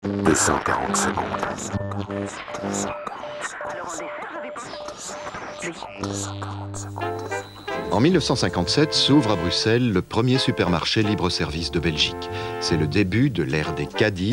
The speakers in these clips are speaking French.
240 secondes. En 1957 s'ouvre à Bruxelles le premier supermarché libre-service de Belgique. C'est le début de l'ère des caddies.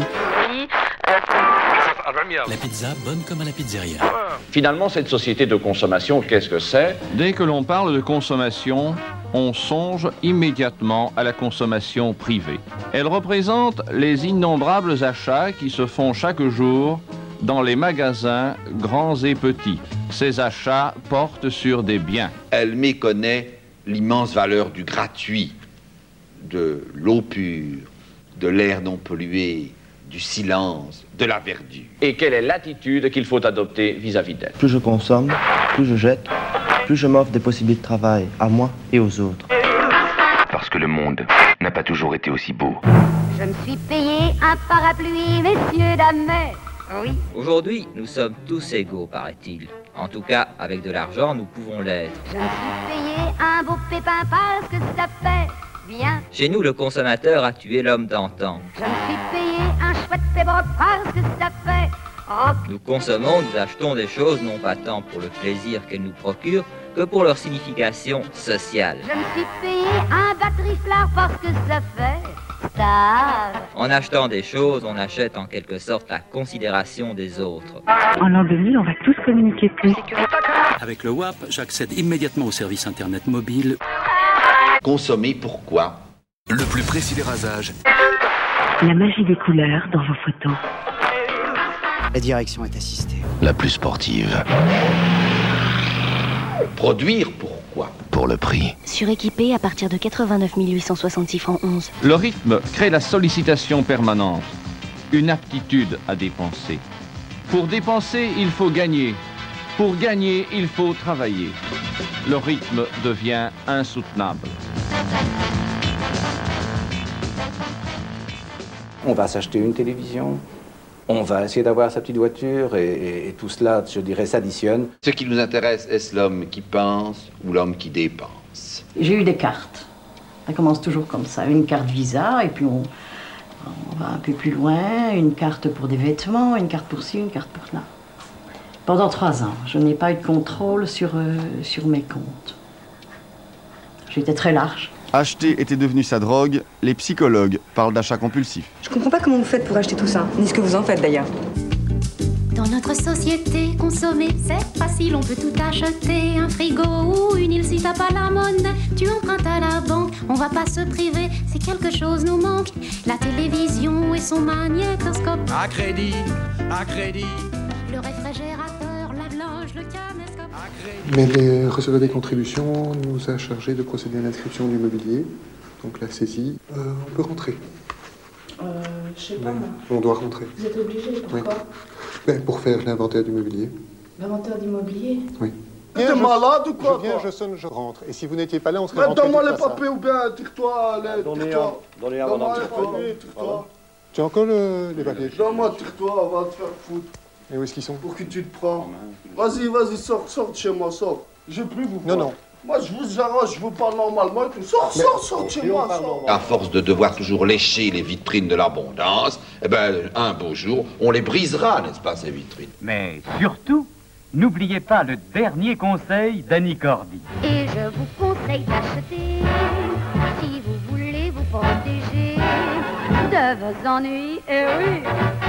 La pizza bonne comme à la pizzeria. Finalement, cette société de consommation, qu'est-ce que c'est ? Dès que l'on parle de consommation, on songe immédiatement à la consommation privée. Elle représente les innombrables achats qui se font chaque jour dans les magasins grands et petits. Ces achats portent sur des biens. Elle méconnaît l'immense valeur du gratuit, de l'eau pure, de l'air non pollué, du silence, de la verdure. Et quelle est l'attitude qu'il faut adopter vis-à-vis d'elle ? Plus je consomme, plus je jette, plus je m'offre des possibilités de travail à moi et aux autres. Parce que le monde n'a pas toujours été aussi beau. Je me suis payé un parapluie, messieurs, dames, oui. Aujourd'hui, nous sommes tous égaux, paraît-il. En tout cas, avec de l'argent, nous pouvons l'être. Je me suis payé un beau pépin parce que ça fait bien. Chez nous, le consommateur a tué l'homme d'antan. Je me suis payé un chouette pébroc parce que ça fait rock. Nous consommons, nous achetons des choses non pas tant pour le plaisir qu'elles nous procurent, que pour leur signification sociale. Je me suis payé un batterie-flard parce que ça fait star. En achetant des choses, on achète en quelque sorte la considération des autres. En l'an 2000, on va tous communiquer plus. Avec le WAP, j'accède immédiatement au service internet mobile. Consommer pourquoi ? Le plus précis des rasages. La magie des couleurs dans vos photos. La direction est assistée. La plus sportive. Produire pourquoi ? Pour le prix. Suréquipé à partir de 89 866 francs 11. Le rythme crée la sollicitation permanente, une aptitude à dépenser. Pour dépenser, il faut gagner. Pour gagner, il faut travailler. Le rythme devient insoutenable. On va s'acheter une télévision, on va essayer d'avoir sa petite voiture et tout cela, je dirais, s'additionne. Ce qui nous intéresse, est-ce l'homme qui pense ou l'homme qui dépense ? J'ai eu des cartes. Ça commence toujours comme ça. Une carte Visa et puis on va un peu plus loin. Une carte pour des vêtements, une carte pour ci, une carte pour là. Pendant 3 ans, je n'ai pas eu de contrôle sur mes comptes. J'étais très large. Acheter était devenu sa drogue, les psychologues parlent d'achat compulsif. Je comprends pas comment vous faites pour acheter tout ça, ni ce que vous en faites d'ailleurs. Dans notre société, consommer, c'est facile, on peut tout acheter. Un frigo ou une île si t'as pas la monnaie. Tu empruntes à la banque, on va pas se priver si quelque chose nous manque. La télévision et son magnétoscope. À crédit, à crédit. Le réfrigérateur, lave-linge, le caméscope. Mais les receveurs des contributions nous a chargé de procéder à l'inscription du mobilier, donc la saisie. On peut rentrer. Je sais pas. On doit rentrer. Vous êtes obligé, pourquoi ? Pour faire l'inventaire du mobilier. L'inventaire d'immobilier ? Oui. T'es malade ou quoi? Je viens, je sonne, je rentre. Et si vous n'étiez pas là, on serait rentré. Donne-moi les papiers ou bien tire-toi. Donnez un Donne-moi les papiers, tire-toi. Tu as encore les papiers? Donne-moi, tire-toi, on va te faire foutre. Et où est-ce qu'ils sont? Pour que tu te prends. Vas-y, sors de chez moi, sors. Je veux plus vous voir. Non. Moi, je vous arrange, je vous parle normalement. Sors de chez moi, sors. À force de devoir toujours lécher les vitrines de l'abondance, un beau jour, on les brisera, n'est-ce pas, ces vitrines? Mais surtout, n'oubliez pas le dernier conseil d'Annie Cordy. Et je vous conseille d'acheter, si vous voulez vous protéger de vos ennuis, et oui.